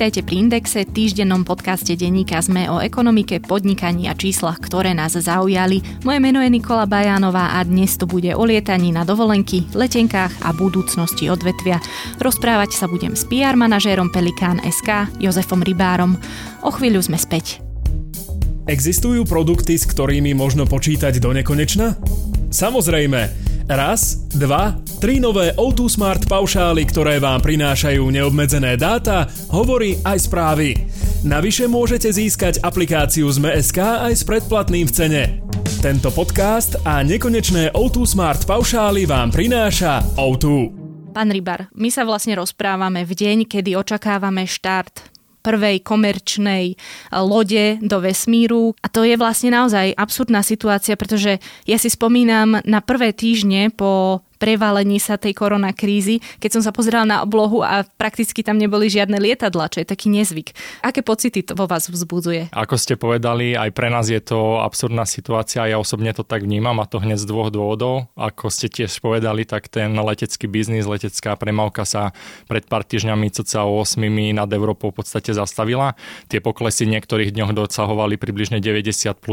Vítajte pri Indexe, týždennom podcaste denníka SME o ekonomike, podnikaní a číslach, ktoré nás zaujali. Moje meno je Nikola Bajánová a dnes to bude o lietaní na dovolenky, letenkách a budúcnosti odvetvia. Rozprávať sa budem s PR manažérom Pelikán.sk Jozefom Rybárom. O chvíľu sme späť. Existujú produkty, s ktorými možno počítať do nekonečna? Samozrejme. Raz, dva, tri nové O2 Smart paušály, ktoré vám prinášajú neobmedzené dáta, hovory aj správy. Navyše môžete získať aplikáciu SME.sk aj s predplatným v cene. Tento podcast a nekonečné O2 Smart paušály vám prináša O2. Pán Rybár, my sa vlastne rozprávame v deň, kedy očakávame štart prvej komerčnej lode do vesmíru. A to je vlastne naozaj absurdná situácia, pretože ja si spomínam na prvé týždne po prevalení sa tej koronakrízy, keď som sa pozerala na oblohu a prakticky tam neboli žiadne lietadlá, čo je taký nezvyk. Aké pocity to vo vás vzbudzuje? Ako ste povedali, aj pre nás je to absurdná situácia. Ja osobne to tak vnímam a to hneď z dvoch dôvodov. Ako ste tiež povedali, tak ten letecký biznis, letecká premávka sa pred pár týždňami cca 8 nad Európou v podstate zastavila. Tie poklesy v niektorých dňoch dosahovali približne 90+%.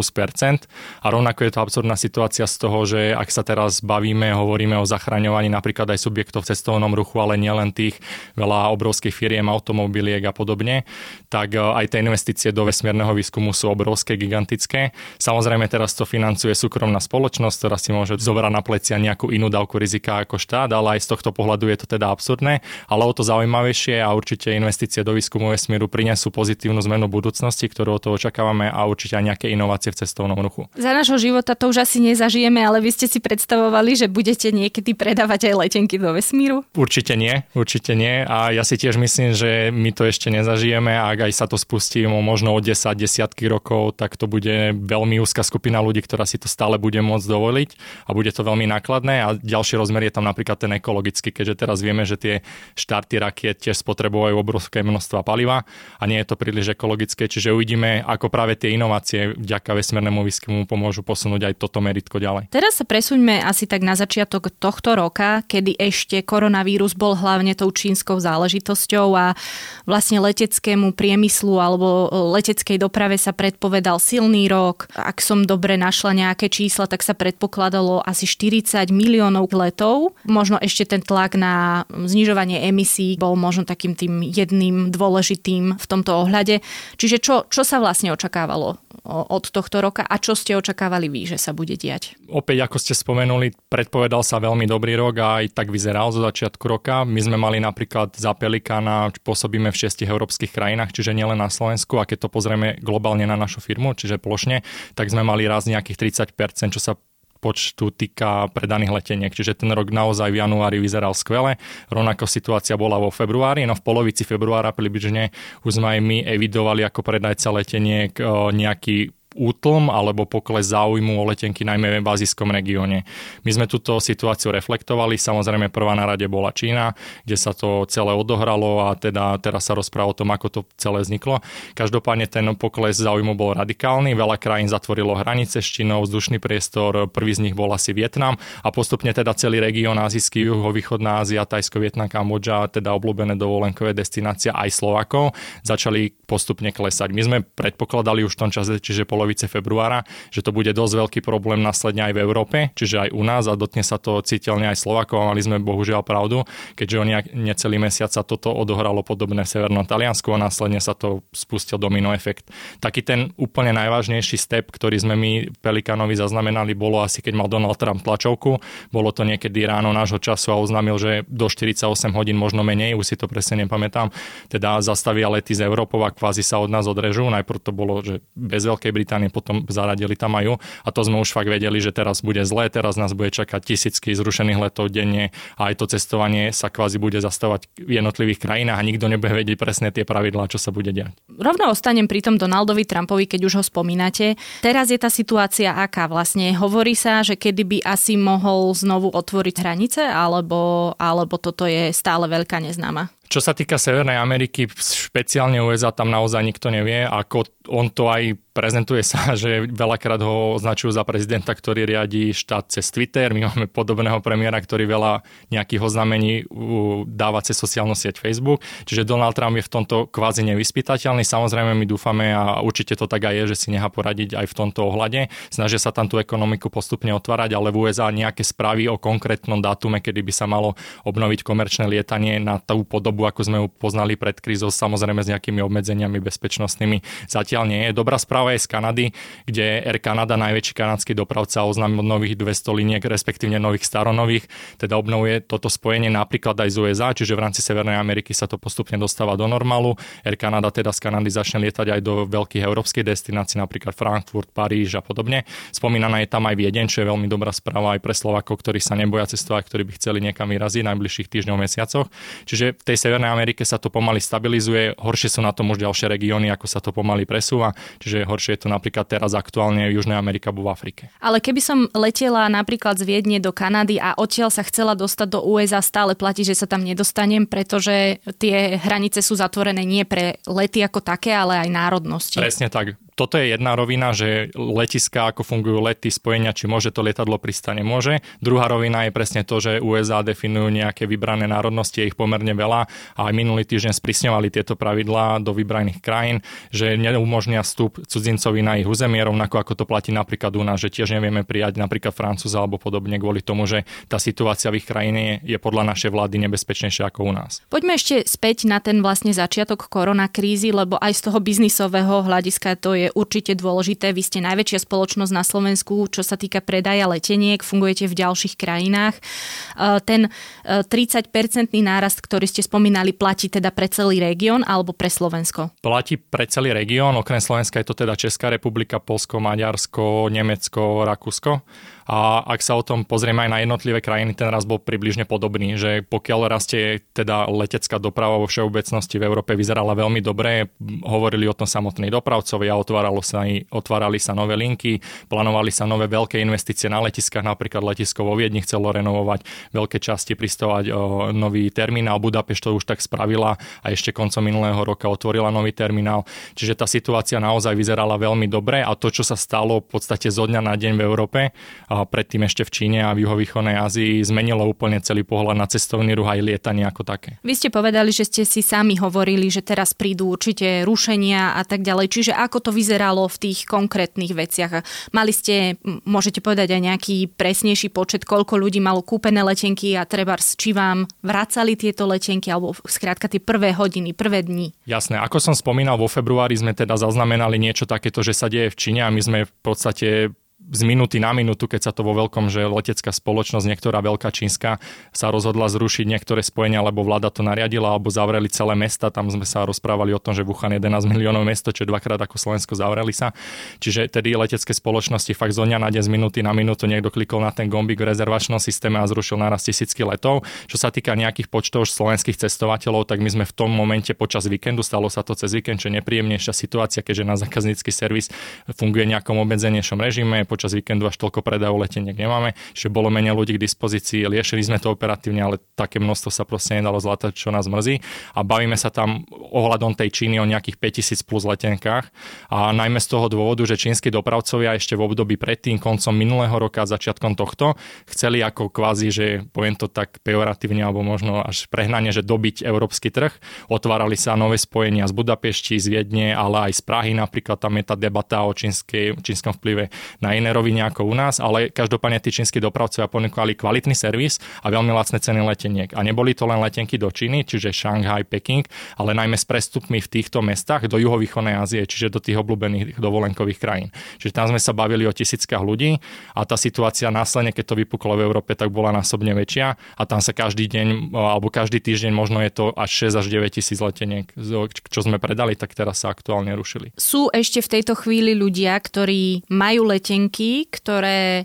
A rovnako je to absurdná situácia z toho, že ak sa teraz bavíme, hovoríme o zachraňovaní napríklad aj subjektov v cestovnom ruchu, ale nielen tých, veľa obrovských firiem, automobiliek a podobne, tak aj tie investície do vesmierneho výskumu sú obrovské, gigantické. Samozrejme teraz to financuje súkromná spoločnosť, ktorá si môže zobrať na plecia nejakú inú dávku rizika ako štát, ale aj z tohto pohľadu je to teda absurdné, ale o to zaujímavejšie a určite investície do výskumu vesmíru prinesú pozitívnu zmenu budúcnosti, ktorú od toho očakávame a určite aj nejaké inovácie v cestovnom ruchu. Za nášho života to už asi nezažijeme, ale vy ste si predstavovali, že budete niekedy predávať aj letenky do vesmíru? Určite nie a ja si tiež myslím, že my to ešte nezažijeme a ak aj sa to spustí možno o 10 desiatky rokov, tak to bude veľmi úzka skupina ľudí, ktorá si to stále bude môcť dovoliť a bude to veľmi nákladné a ďalší rozmer je tam napríklad ten ekologický, keďže teraz vieme, že tie štarty rakiet tiež spotrebujú obrovské množstva paliva a nie je to príliš ekologické, čiže uvidíme, ako práve tie inovácie vďaka vesmiernemu výskumu pomôžu posunúť aj toto meritko ďalej. Teraz sa presuňme asi tak na začiatok tohto roka, kedy ešte koronavírus bol hlavne tou čínskou záležitosťou a vlastne leteckému priemyslu alebo leteckej doprave sa predpovedal silný rok. Ak som dobre našla nejaké čísla, tak sa predpokladalo asi 40 miliónov letov. Možno ešte ten tlak na znižovanie emisí bol možno takým tým jedným dôležitým v tomto ohľade. Čiže čo sa vlastne očakávalo od tohto roka a čo ste očakávali vy, že sa bude diať? Opäť, ako ste spomenuli, predpovedal sa veľmi dobrý rok a aj tak vyzeral zo začiatku roka. My sme mali napríklad za Pelikána, pôsobíme v 6 európskych krajinách, čiže nielen na Slovensku, a keď to pozrieme globálne na našu firmu, čiže plošne, tak sme mali raz nejakých 30%, čo sa počtu týka predaných leteniek. Čiže ten rok naozaj v januári vyzeral skvele. Rovnako situácia bola vo februári, no v polovici februára približne už sme aj my evidovali ako predajca leteniek nejaký útlm alebo pokles záujmu o letenky najmä v azijskom regióne. My sme túto situáciu reflektovali, samozrejme prvá na rade bola Čína, kde sa to celé odohralo a teda teraz sa rozpráva o tom, ako to celé vzniklo. Každopádne ten pokles záujmu bol radikálny, veľa krajín zatvorilo hranice s Čínou, vzdušný priestor, prvý z nich bol asi Vietnam a postupne teda celý región azijský, juhovýchodná Ázia, Tajsko, Vietnam, Kambodža, teda obľúbené dovolenkové destinácie aj Slovákov, začali postupne klesať. My sme predpokladali už v tom čase, čiže polovice februára, že to bude dosť veľký problém následne aj v Európe, čiže aj u nás a dotkne sa to citeľne aj Slovákov. Mali sme bohužiaľ pravdu, keďže o necelý mesiac sa toto odohralo podobné v Severnom Taliansku a následne sa to spustil domino efekt. Taký ten úplne najvážnejší step, ktorý sme my Pelikánovi zaznamenali, bolo asi keď mal Donald Trump tlačovku. Bolo to niekedy ráno nášho času a oznámil, že do 48 hodín, možno menej, už si to presne nepamätám, teda zastavia lety z Európou a kvázi sa od nás odrežú. Najprv to bolo, že bez Veľkej Británie, potom zaradili tam aj ju a to sme už fakt vedeli, že teraz bude zlé, teraz nás bude čakať tisícky zrušených letov denne a aj to cestovanie sa kvázi bude zastavať v jednotlivých krajinách a nikto nebude vedieť presne tie pravidlá, čo sa bude diať. Rovno ostanem pri tom Donaldovi Trumpovi, keď už ho spomínate. Teraz je tá situácia aká vlastne? Hovorí sa, že kedy by asi mohol znovu otvoriť hranice, alebo toto je stále veľká neznáma? Čo sa týka Severnej Ameriky, špeciálne USA, tam naozaj nikto nevie, ako on to aj prezentuje sa, že veľakrát ho označujú za prezidenta, ktorý riadi štát cez Twitter. My máme podobného premiéra, ktorý veľa nejakých oznámení dáva cez sociálnu sieť Facebook. Čiže Donald Trump je v tomto kvázi nevyspytateľný. Samozrejme my dúfame a určite to tak aj je, že si nechá poradiť aj v tomto ohľade. Snažia sa tam tú ekonomiku postupne otvárať, ale v USA nejaké správy o konkrétnom dátume, kedy by sa malo obnoviť komerčné lietanie na tú podobu, ako sme ju poznali pred krízou, samozrejme s nejakými obmedzeniami bezpečnostnými, zatiaľ nie je. Dobrá správa je z Kanady, kde Air Canada, najväčší kanadský dopravca, oznámil nových 200 liniek, respektíve nových staronových, teda obnovuje toto spojenie napríklad aj z USA, čiže v rámci Severnej Ameriky sa to postupne dostáva do normálu. Air Canada teda z Kanady začne lietať aj do veľkých európskych destinácií, napríklad Frankfurt, Paríž a podobne. Spomínaná je tam aj Viedeň, čo je veľmi dobrá správa aj pre Slovákov, ktorí sa neboja cestovať, ktorí by chceli niekam vyraziť v najbližších týždňoch, mesiacoch. Čiže v tej Severnej Amerike sa to pomaly stabilizuje, horšie sú na tom už ďalšie regióny, ako sa to pomaly presúva, čiže horšie je to napríklad teraz aktuálne v Južnej Amerike alebo v Afrike. Ale keby som letela napríklad z Viedne do Kanady a odtiaľ sa chcela dostať do USA, stále platí, že sa tam nedostanem, pretože tie hranice sú zatvorené nie pre lety ako také, ale aj národnosti. Presne tak. Toto je jedna rovina, že letiská, ako fungujú lety, spojenia, či môže to lietadlo pristať, nemôže. Druhá rovina je presne to, že USA definujú nejaké vybrané národnosti, je ich pomerne veľa a aj minulý týždeň sprísňovali tieto pravidlá do vybraných krajín, že neumožnia vstup cudzincovi na ich územie, rovnako ako to platí napríklad u nás, že tiež nevieme prijať napríklad Francúza alebo podobne kvôli tomu, že tá situácia v ich krajine je podľa našej vlády nebezpečnejšia ako u nás. Poďme ešte späť na ten vlastne začiatok koronakrízy, lebo aj z toho biznisového hľadiska to je určite dôležité. Vy ste najväčšia spoločnosť na Slovensku, čo sa týka predaja leteniek, fungujete v ďalších krajinách. Ten 30% nárast, ktorý ste spomínali, platí teda pre celý región alebo pre Slovensko? Platí pre celý región, okrem Slovenska je to teda Česká republika, Poľsko, Maďarsko, Nemecko, Rakúsko. A ak sa o tom pozrieme aj na jednotlivé krajiny, ten rast bol približne podobný, že pokiaľ rastie teda letecká doprava vo všeobecnosti v Európe vyzerala veľmi dobre, hovorili o tom samotní dopravcovia, otvárali sa nové linky, plánovali sa nové veľké investície na letiskách, napríklad letisko vo Viedni chcelo renovovať veľké časti, pristovať nový terminál, Budapešť to už tak spravila a ešte koncom minulého roka otvorila nový terminál. Čiže tá situácia naozaj vyzerala veľmi dobre a to, čo sa stalo v podstate zo dňa na deň v Európe, a predtým ešte v Číne a v juhovýchodnej Ázii, zmenilo úplne celý pohľad na cestovný ruch aj lietanie ako také. Vy ste povedali, že ste si sami hovorili, že teraz prídu určite rušenia a tak ďalej. Čiže ako to vyzeralo v tých konkrétnych veciach? Mali ste, môžete povedať aj nejaký presnejší počet, koľko ľudí malo kúpené letenky a trebárs, či vám vracali tieto letenky alebo skrátka tie prvé hodiny, prvé dni? Jasné, ako som spomínal, vo februári sme teda zaznamenali niečo takéto, že sa deje v Číne a my sme v podstate z minúty na minútu, keď sa to vo veľkom, že letecká spoločnosť, niektorá veľká čínska, sa rozhodla zrušiť niektoré spojenia, lebo vláda to nariadila, alebo zavreli celé mesta. Tam sme sa rozprávali o tom, že Wuhan 11 miliónov mesto, čo dvakrát ako Slovensko, zavreli sa. Čiže tedy letecké spoločnosti fakt zo dňa na deň, z minúty na minútu niekto klikol na ten gombík v rezervačnom systéme a zrušil naraz tisícky letov. Čo sa týka nejakých počtov slovenských cestovateľov, tak my sme v tom momente počas víkendu, stalo sa to cez víkend, čo je nepríjemnejšia situácia, keďže na zákaznícky servis funguje v nejakom obmedzenejšom režime. Počas víkendu až toľko predajov leteniek nemáme, že bolo menej ľudí k dispozícii, riešili sme to operatívne, ale také množstvo sa proste nedalo zvládať, čo nás mrzí. A bavíme sa tam ohľadom tej Číny o nejakých 5000 plus letenkách a najmä z toho dôvodu, že čínski dopravcovia ešte v období predtým, koncom minulého roka a začiatkom tohto, chceli ako kvázi, že poviem to tak pejoratívne alebo možno až prehnanie, že dobiť európsky trh. Otvárali sa nové spojenia z Budapešti, z Viedne, ale aj z Prahy, napríklad tam je tá debata o čínskom vplyve na iné rovine ako u nás, ale každopádne tí čínsky dopravcovia ponúkali kvalitný servis a veľmi lacné ceny leteniek. A neboli to len letenky do Číny, čiže Šanghaj, Peking, ale najmä s prestupmi v týchto mestách do juhovýchodnej Ázie, čiže do tých obľúbených dovolenkových krajín. Čiže tam sme sa bavili o tisíckach ľudí a tá situácia následne, keď to vypuklo v Európe, tak bola násobne väčšia a tam sa každý deň alebo každý týždeň možno je to až 6 až 9 tisíc leteniek, čo sme predali, tak teraz sa aktuálne rušili. Sú ešte v tejto chvíli ľudia, ktorí majú letenky, ktoré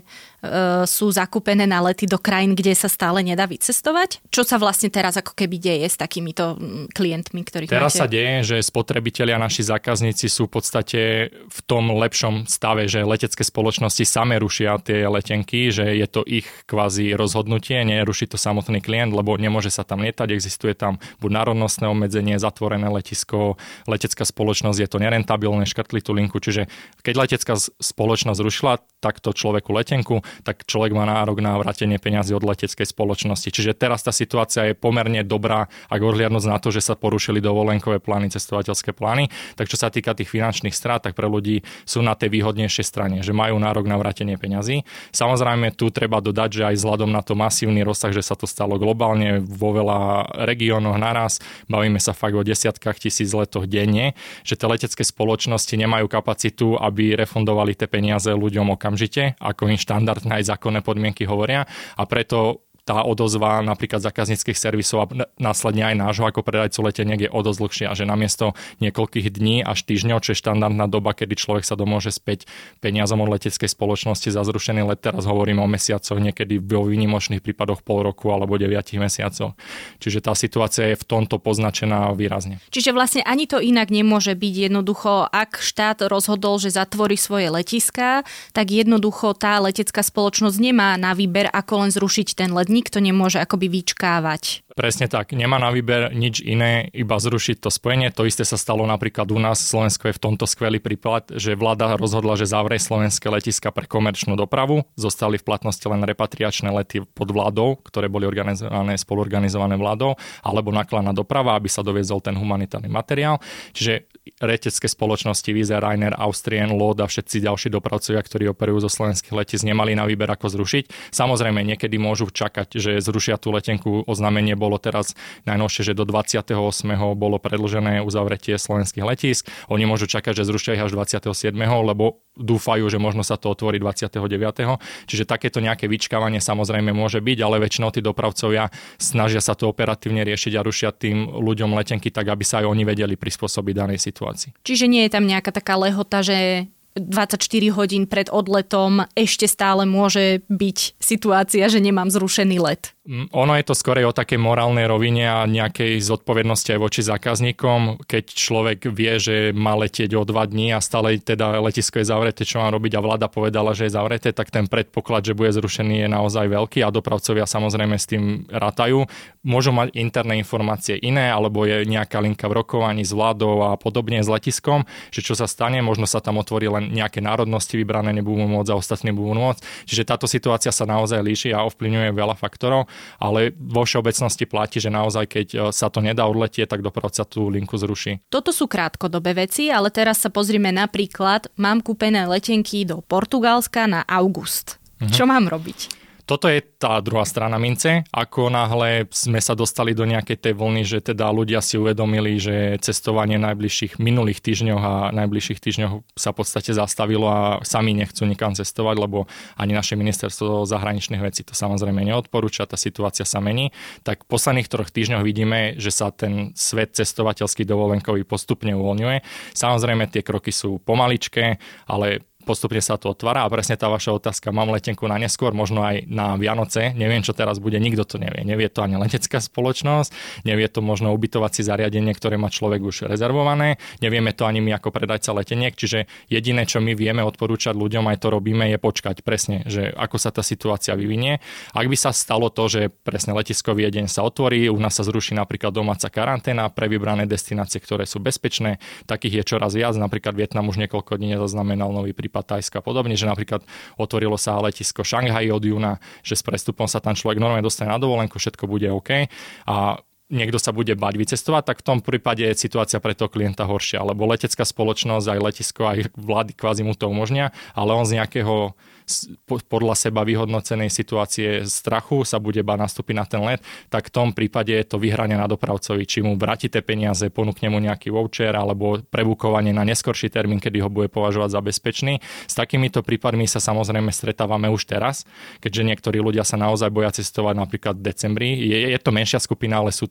sú zakúpené na lety do krajín, kde sa stále nedá vycestovať? Čo sa vlastne teraz ako keby deje s takýmito klientmi, ktorých teraz máte? Sa deje, že spotrebitelia, naši zákazníci sú v podstate v tom lepšom stave, že letecké spoločnosti same rušia tie letenky, že je to ich kvázi rozhodnutie, neruší to samotný klient, lebo nemôže sa tam lietať, existuje tam buď národnostné obmedzenie, zatvorené letisko, letecká spoločnosť, je to nerentabilné, škrtli tú linku, čiže keď letecká spoločnosť rušila takto človeku letenku, tak človek má nárok na vrátenie peňazí od leteckej spoločnosti. Čiže teraz tá situácia je pomerne dobrá, ak odhliadnuť na to, že sa porušili dovolenkové plány, cestovateľské plány. Tak čo sa týka tých finančných strát, tak pre ľudí sú na tej výhodnejšej strane, že majú nárok na vrátenie peňazí. Samozrejme tu treba dodať, že aj vzhľadom na to masívny rozsah, že sa to stalo globálne vo veľa regiónoch naraz, bavíme sa fakt o desiatkách tisíc letoch denne, že tie letecké spoločnosti nemajú kapacitu, aby refundovali tie peniaze ľuďom okamžite, ako im štandardné aj zákonné podmienky hovoria, a preto tá odozva napríklad zákazníckych servisov a následne aj nášho ako predajcu leteniek je o dosť dlhšia, že namiesto niekoľkých dní až týždňov, čo je štandardná doba, kedy človek sa domôže späť peniazom od leteckej spoločnosti za zrušený let, teraz hovoríme o mesiacoch, niekedy vo výnimočných prípadoch pol roku alebo 9 mesiacov. Čiže tá situácia je v tomto poznačená výrazne. Čiže vlastne ani to inak nemôže byť. Jednoducho, ak štát rozhodol, že zatvorí svoje letiská, tak jednoducho tá letecká spoločnosť nemá na výber, ako len zrušiť ten let. Nikto nemôže akoby vyčkávať. Presne tak, nemá na výber nič iné, iba zrušiť to spojenie. To isté sa stalo napríklad u nás. Slovensko je v tomto skvelý prípad, že vláda rozhodla, že zavrie slovenské letiska pre komerčnú dopravu. Zostali v platnosti len repatriačné lety pod vládou, ktoré boli spoluorganizované vládou, alebo nákladná doprava, aby sa doviezol ten humanitárny materiál. Čiže letecké spoločnosti Wizz Air, Ryanair, Austrian, LOT a všetci ďalší dopravcovia, ktorí operujú zo slovenských letísk, nemali na výber, ako zrušiť. Samozrejme, niekedy môžu čakať, že zrušia tú letenku. Oznámenie bolo teraz najnovšie, že do 28. bolo predĺžené uzavretie slovenských letísk. Oni môžu čakať, že zrušia ich až 27., lebo dúfajú, že možno sa to otvorí 29. Čiže takéto nejaké vyčkávanie samozrejme môže byť, ale väčšinou tí dopravcovia snažia sa to operatívne riešiť a rušia tým ľuďom letenky tak, aby sa aj oni vedeli prispôsobiť danej situácii. Čiže nie je tam nejaká taká lehota, že 24 hodín pred odletom ešte stále môže byť situácia, že nemám zrušený let. Ono je to skorej o takej morálnej rovine a nejakej zodpovednosti aj voči zákazníkom. Keď človek vie, že má letieť o 2 dní a stále teda letisko je zavreté, čo má robiť a vláda povedala, že je zavreté, tak ten predpoklad, že bude zrušený, je naozaj veľký a dopravcovia samozrejme s tým rátajú. Môžu mať interné informácie iné, alebo je nejaká linka v rokovaní s vládou a podobne s letiskom, že čo sa stane, možno sa tam otvorí len nejaké národnosti vybrané, nebudú môcť a ostatní budú môcť. Čiže táto situácia sa naozaj líši a ovplyvňuje veľa faktorov. Ale vo všeobecnosti platí, že naozaj keď sa to nedá odletieť, tak dopravca tú linku zruší. Toto sú krátkodobé veci, ale teraz sa pozrime napríklad, mám kúpené letenky do Portugalska na august. Čo mám robiť? Toto je tá druhá strana mince. Ako náhle sme sa dostali do nejakej tej vlny, že teda ľudia si uvedomili, že cestovanie najbližších minulých týždňoch a najbližších týždňoch sa v podstate zastavilo a sami nechcú nikam cestovať, lebo ani naše ministerstvo zahraničných vecí to samozrejme neodporúča, tá situácia sa mení. Tak v posledných 3 týždňoch vidíme, že sa ten svet cestovateľský dovolenkový postupne uvoľňuje. Samozrejme tie kroky sú pomaličké, ale postupne sa to otvára a presne tá vaša otázka, mám letenku na neskôr, možno aj na Vianoce, neviem, čo teraz bude, nikto to nevie. Nevie to ani letecká spoločnosť, nevie to možno ubytovacie zariadenie, ktoré má človek už rezervované, nevieme to ani my ako predajca leteniek, čiže jediné, čo my vieme odporúčať ľuďom, aj to robíme, je počkať presne, že ako sa tá situácia vyvinie. Ak by sa stalo to, že presne letiskový deň sa otvorí, u nás sa zruší napríklad domáca karanténa pre vybrané destinácie, ktoré sú bezpečné, takých je čoraz viac, napríklad Vietnam už niekoľko dní zaznamenal nový prípad Tajska a podobne, že napríklad otvorilo sa letisko Šanghaji od júna, že s prestupom sa tam človek normálne dostane na dovolenku, všetko bude OK a niekto sa bude bať vycestovať, tak v tom prípade je situácia pre toho klienta horšia, lebo letecká spoločnosť, aj letisko, aj vlády kvázi mu to umožnia, ale on z nejakého podľa seba vyhodnocenej situácie strachu sa bude báť nastúpiť na ten let, tak v tom prípade je to vyhranie na dopravcovi, či mu vráti tie peniaze, ponúkne mu nejaký voucher alebo prebukovanie na neskorší termín, kedy ho bude považovať za bezpečný. S takýmito prípadmi sa samozrejme stretávame už teraz, keďže niektorí ľudia sa naozaj boja cestovať napríklad v decembri. Je to menšia skupina, ale sú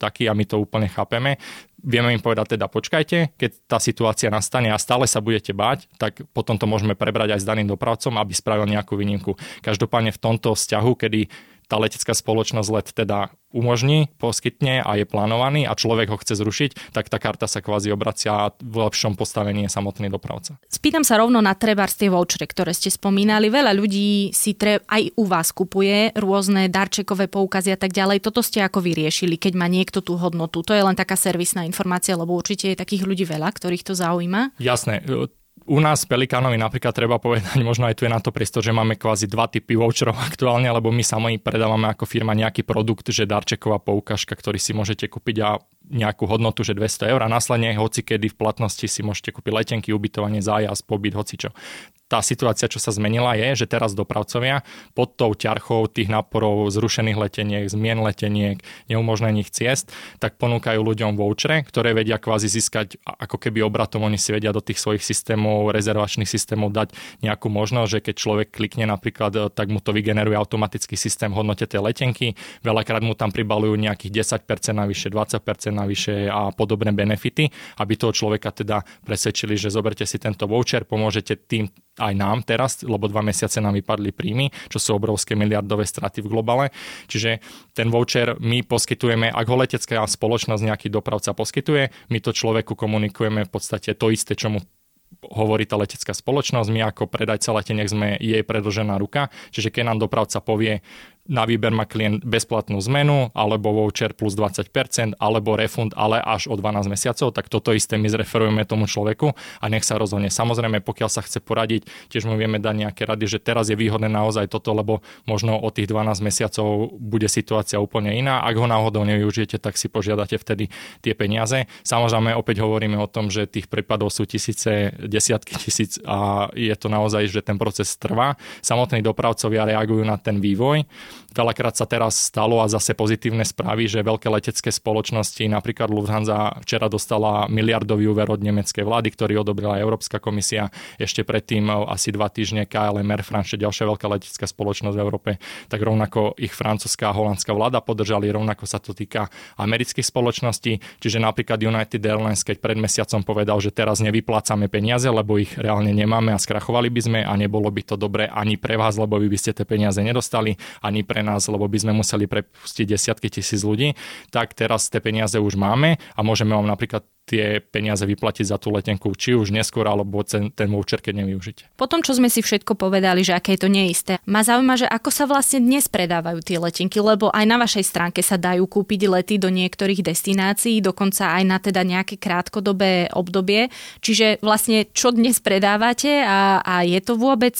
takí a my to úplne chápeme. Vieme im povedať teda počkajte, keď tá situácia nastane a stále sa budete báť, tak potom to môžeme prebrať aj s daným dopravcom, aby spravil nejakú výnimku. Každopádne v tomto vzťahu, kedy tá letecká spoločnosť let teda umožní, poskytne a je plánovaný a človek ho chce zrušiť, tak tá karta sa kvázi obracia a v lepšom postavení je samotný dopravca. Spýtam sa rovno na trebárs tie vouchery, ktoré ste spomínali. Veľa ľudí si aj u vás kupuje rôzne darčekové poukazy a tak ďalej. Toto ste ako vyriešili, keď má niekto tú hodnotu? To je len taká servisná informácia, lebo určite je takých ľudí veľa, ktorých to zaujíma. Jasné. U nás v Pelikánovi napríklad treba povedať, možno aj tu je na to priestor, že máme kvázi 2 typy voucherov aktuálne, lebo my sami predávame ako firma nejaký produkt, že darčeková poukážka, ktorý si môžete kúpiť a nejakú hodnotu, že 200 eur a následne hoci kedy v platnosti si môžete kúpiť letenky, ubytovanie, zájazd, pobyt, hocičo. Tá situácia, čo sa zmenila, je, že teraz dopravcovia pod tou ťarchou tých náporov zrušených leteniek, zmien leteniek, neumožnených ciest, tak ponúkajú ľuďom vouchere, ktoré vedia kvázi získať ako keby obratom, oni si vedia do tých svojich systémov, rezervačných systémov dať nejakú možnosť, že keď človek klikne napríklad, tak mu to vygeneruje automatický systém v hodnote tej letenky, veľakrát mu tam pribalujú nejakých 10% navyše, 20% navyše a podobné benefity, aby toho človeka teda presvedčili, že zoberte si tento voucher, pomôžete tým aj nám teraz, lebo 2 mesiace nám vypadli príjmy, čo sú obrovské miliardové straty v globále. Čiže ten voucher my poskytujeme, ak ho letecká spoločnosť nejaký dopravca poskytuje, my to človeku komunikujeme v podstate to isté, čo mu hovorí tá letecká spoločnosť. My ako predajca leteniek sme jej predĺžená ruka, čiže keď nám dopravca povie, na výber má klient bezplatnú zmenu, alebo voucher plus 20%, alebo refund, ale až o 12 mesiacov, tak toto isté my zreferujeme tomu človeku a nech sa rozhodne. Samozrejme, pokiaľ sa chce poradiť, tiež mu vieme dať nejaké rady, že teraz je výhodné naozaj toto, lebo možno o tých 12 mesiacov bude situácia úplne iná. Ak ho náhodou nevyužijete, tak si požiadate vtedy tie peniaze. Samozrejme, opäť hovoríme o tom, že tých prípadov sú tisíce, desiatky tisíc a je to naozaj, že ten proces trvá. Samotní dopravcovia reagujú na ten vývoj. Veľakrát sa teraz stalo a zase pozitívne správy, že veľké letecké spoločnosti, napríklad Lufthansa včera dostala miliardový úver od nemeckej vlády, ktorý odobrila Európska komisia. Ešte predtým asi 2 týždne KLM, Air France, ďalšia veľká letecká spoločnosť v Európe, tak rovnako ich francúzska a holandská vláda podržali, rovnako sa to týka amerických spoločností. Čiže napríklad United Airlines, keď pred mesiacom povedal, že teraz nevyplácame peniaze, lebo ich reálne nemáme a skrachovali by sme a nebolo by to dobre ani pre vás, lebo vy by ste tie peniaze nedostali, ani pre nás, lebo by sme museli prepustiť desiatky tisíc ľudí, tak teraz tie peniaze už máme a môžeme vám napríklad tie peniaze vyplatiť za tú letenku, či už neskôr, alebo ten voucher, keď nevyužite. Po tom, čo sme si všetko povedali, že aké je to neisté, ma zaujíma, že ako sa vlastne dnes predávajú tie letenky, lebo aj na vašej stránke sa dajú kúpiť lety do niektorých destinácií, dokonca aj na teda nejaké krátkodobé obdobie. Čiže vlastne čo dnes predávate a je to vôbec...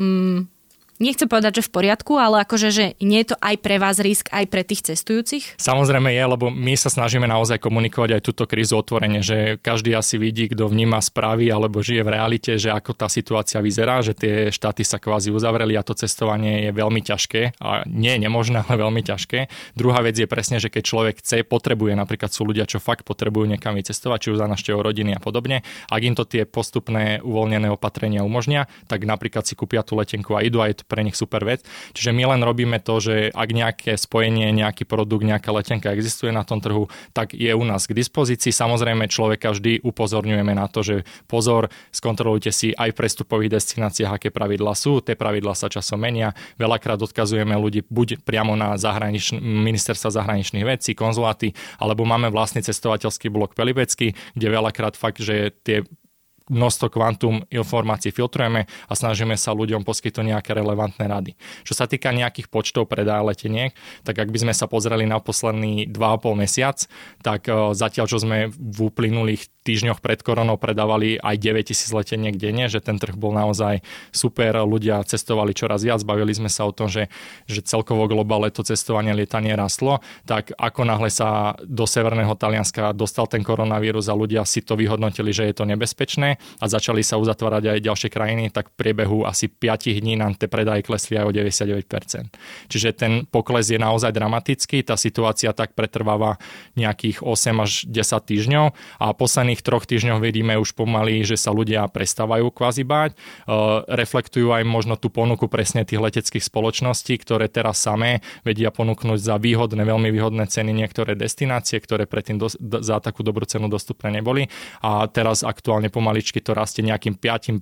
Nechcem povedať, že v poriadku, ale akože, že nie je to aj pre vás risk, aj pre tých cestujúcich? Samozrejme je, lebo my sa snažíme naozaj komunikovať aj túto krízu otvorene, že každý asi vidí, kto vníma správy alebo žije v realite, že ako tá situácia vyzerá, že tie štáty sa kvázi uzavreli a to cestovanie je veľmi ťažké a nie je nemožné, ale veľmi ťažké. Druhá vec je presne, že keď človek potrebuje, napríklad sú ľudia, čo fakt potrebujú niekam vycestovať, či už za návštevou rodiny a podobne, ak im to tie postupné uvoľnené opatrenia umožnia, tak napríklad si kúpia tú letenku a idú a je to pre nich super vec. Čiže my len robíme to, že ak nejaké spojenie, nejaký produkt, nejaká letenka existuje na tom trhu, tak je u nás k dispozícii. Samozrejme človeka vždy upozorňujeme na to, že pozor, skontrolujte si aj v prestupových destináciách, aké pravidlá sú. Tie pravidlá sa časom menia. Veľakrát odkazujeme ľudí buď priamo na ministerstva zahraničných vecí, konzuláty, alebo máme vlastný cestovateľský blok Pelibecký, kde veľakrát fakt, že tie množstvo kvantum informácií filtrujeme a snažíme sa ľuďom poskytnúť nejaké relevantné rady. Čo sa týka nejakých počtov predaja leteniek, tak ak by sme sa pozreli na posledný 2,5 mesiac, tak zatiaľ, čo sme v uplynulých týždňoch pred koronou predávali aj 9,000 leteniek denne, že ten trh bol naozaj super, ľudia cestovali čoraz viac, bavili sme sa o tom, že celkovo globálne to cestovanie, lietanie rastlo, tak ako náhle sa do severného Talianska dostal ten koronavírus a ľudia si to vyhodnotili, že je to nebezpečné a začali sa uzatvárať aj ďalšie krajiny, tak v priebehu asi 5 dní nám tie predaje klesli aj o 99%. Čiže ten pokles je naozaj dramatický, tá situácia tak pretrváva nejakých 8 až 10 týždňov a posledných posledných 3 týždňoch vidíme už pomaly, že sa ľudia prestávajú kvázi báť. Reflektujú aj možno tú ponuku presne tých leteckých spoločností, ktoré teraz samé vedia ponúknuť za výhodné, veľmi výhodné ceny niektoré destinácie, ktoré predtým za takú dobrú cenu dostupné neboli. A teraz aktuálne pomaličky to rastie nejakým 5%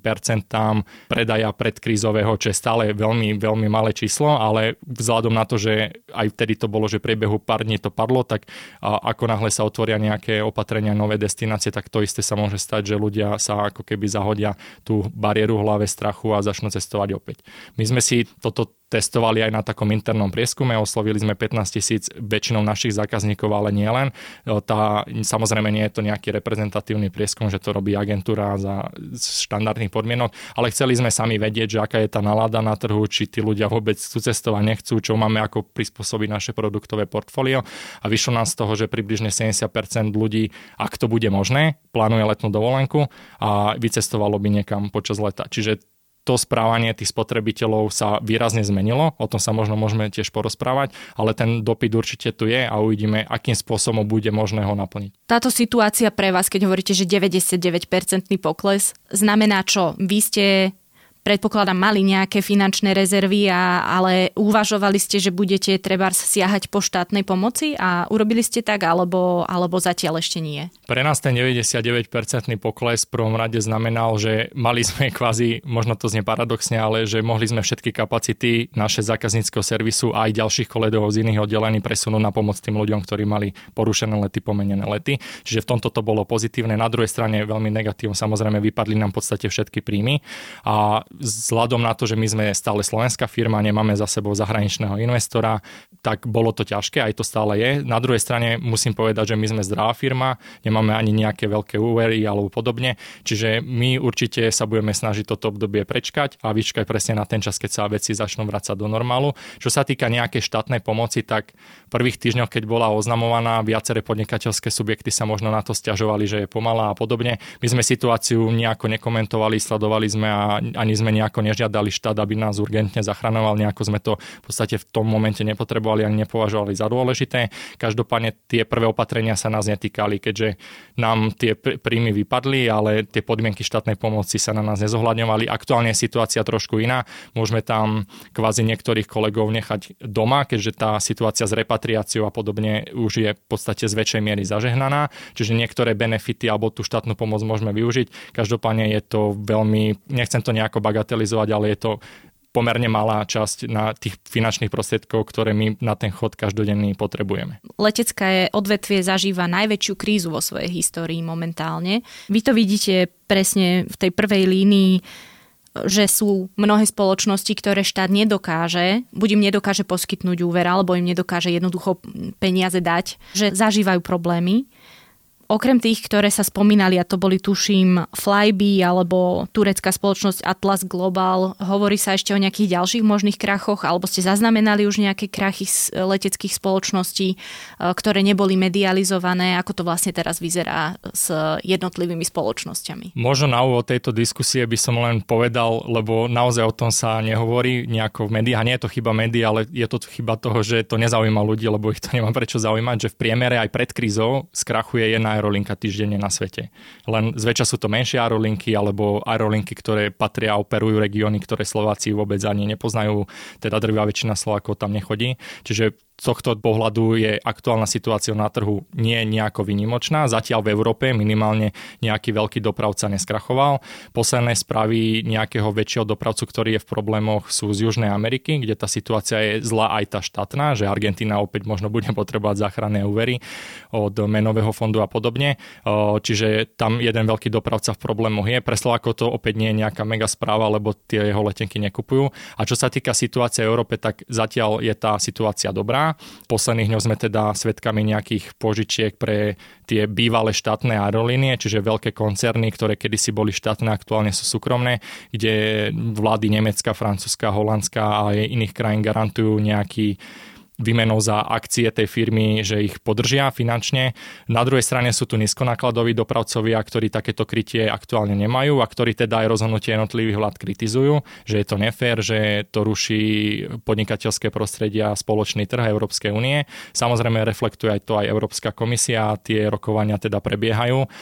predaja predkrízového, čo je stále veľmi, veľmi malé číslo, ale vzhľadom na to, že aj vtedy to bolo, že priebehu pár dní to padlo, tak ako náhle sa otvoria nejaké opatrenia, nové destinácie, tak to isté sa môže stať, že ľudia sa ako keby zahodia tú bariéru v hlave strachu a začnú cestovať opäť. My sme si toto testovali aj na takom internom prieskume, oslovili sme 15 000 väčšinou našich zákazníkov, ale nie len. Samozrejme nie je to nejaký reprezentatívny prieskum, že to robí agentúra za štandardných podmienok, ale chceli sme sami vedieť, že aká je tá nálada na trhu, či tí ľudia vôbec chcú cestovať, nechcú, čo máme ako prispôsobiť naše produktové portfólio a vyšlo nám z toho, že približne 70% ľudí, ak to bude možné, plánuje letnú dovolenku a vycestovalo by niekam počas leta. Čiže to správanie tých spotrebiteľov sa výrazne zmenilo, o tom sa možno môžeme tiež porozprávať, ale ten dopyt určite tu je a uvidíme, akým spôsobom bude možné ho naplniť. Táto situácia pre vás, keď hovoríte, že 99% pokles, znamená čo? Vy ste, predpokladám, mali nejaké finančné rezervy, ale uvažovali ste, že budete trebárs siahať po štátnej pomoci a urobili ste tak, alebo zatiaľ ešte nie? Pre nás ten 99% pokles v prvom rade znamenal, že mali sme kvázi, možno to znie paradoxne, ale že mohli sme všetky kapacity naše zákazníckeho servisu a aj ďalších kolegov z iných oddelení presunúť na pomoc tým ľuďom, ktorí mali porušené lety, pomenené lety. Čiže v tomto to bolo pozitívne. Na druhej strane veľmi negatívne, samozrejme vypadli nám v podstate všetky príjmy a vzhľadom na to, že my sme stále slovenská firma, nemáme za sebou zahraničného investora, tak bolo to ťažké, aj to stále je. Na druhej strane musím povedať, že my sme zdravá firma, nemáme ani nejaké veľké úvery alebo podobne, čiže my určite sa budeme snažiť toto obdobie prečkať a vyčkať presne na ten čas, keď sa veci začnú vrácať do normálu. Čo sa týka nejakej štátnej pomoci, tak v prvých týždňoch, keď bola oznamovaná, viaceré podnikateľské subjekty sa možno na to sťažovali, že je pomalá a podobne. My sme situáciu nejako nekomentovali, sledovali sme a ani sme nejako nežiadali štát, aby nás urgentne zachraňoval, nejako sme to v podstate v tom momente nepotrebovali ani nepovažovali za dôležité. Každopádne tie prvé opatrenia sa nás netýkali, keďže nám tie príjmy vypadli, ale tie podmienky štátnej pomoci sa na nás nezohľadňovali. Aktuálne je situácia trošku iná. Môžeme tam kvázi niektorých kolegov nechať doma, keďže tá situácia s repatriáciou a podobne už je v podstate z väčšej miery zažehnaná, čiže niektoré benefity alebo tú štátnu pomoc môžeme využiť. Každopádne je to veľmi, nechcem to nejako bagatelizovať, ale je to pomerne malá časť na tých finančných prostriedkov, ktoré my na ten chod každodenný potrebujeme. Letecké odvetvie zažíva najväčšiu krízu vo svojej histórii momentálne. Vy to vidíte presne v tej prvej línii, že sú mnohé spoločnosti, ktoré štát buď im nedokáže poskytnúť úver, alebo im nedokáže jednoducho peniaze dať, že zažívajú problémy. Okrem tých, ktoré sa spomínali, a to boli tuším Flybe alebo turecká spoločnosť Atlas Global, hovorí sa ešte o nejakých ďalších možných krachoch, alebo ste zaznamenali už nejaké krachy z leteckých spoločností, ktoré neboli medializované, ako to vlastne teraz vyzerá s jednotlivými spoločnosťami? Možno na úvod tejto diskusie by som len povedal, lebo naozaj o tom sa nehovorí nejako v médiách, a nie je to chyba médií, ale je to chyba toho, že to nezaujíma ľudí, lebo ich to nemá prečo zaujímať, že v priemere aj pred krízou skrachuje jedna aerolinka týždenne na svete. Len zväčša sú to menšie aerolinky alebo aerolinky, ktoré patria a operujú regióny, ktoré Slováci vôbec ani nepoznajú, teda drvivá väčšina Slovákov tam nechodí. Čiže z tohto pohľadu je aktuálna situácia na trhu nie nejako výnimočná. Zatiaľ v Európe minimálne nejaký veľký dopravca neskrachoval. Posledné správy nejakého väčšieho dopravcu, ktorý je v problémoch, sú z Južnej Ameriky, kde tá situácia je zlá aj tá štátna, že Argentína opäť možno bude potrebovať záchranné úvery od menového fondu a podobne. Čiže tam jeden veľký dopravca v problémoch je. Pre Slovákov to opäť nie je nejaká mega správa, lebo tie jeho letenky nekupujú. A čo sa týka situácie v Európe, tak zatiaľ je tá situácia dobrá. V posledných dňoch sme teda svedkami nejakých požičiek pre tie bývalé štátne aerolínie, čiže veľké koncerny, ktoré kedysi boli štátne, aktuálne sú súkromné, kde vlády Nemecka, Francúzska, Holandska a aj iných krajín garantujú nejaký výmenou za akcie tej firmy, že ich podržia finančne. Na druhej strane sú tu nízkonákladoví dopravcovia, ktorí takéto krytie aktuálne nemajú a ktorí teda aj rozhodnutie jednotlivých vlád kritizujú, že je to nefér, že to ruší podnikateľské prostredia a spoločný trh Európskej únie. Samozrejme reflektuje aj to aj Európska komisia a tie rokovania teda prebiehajú.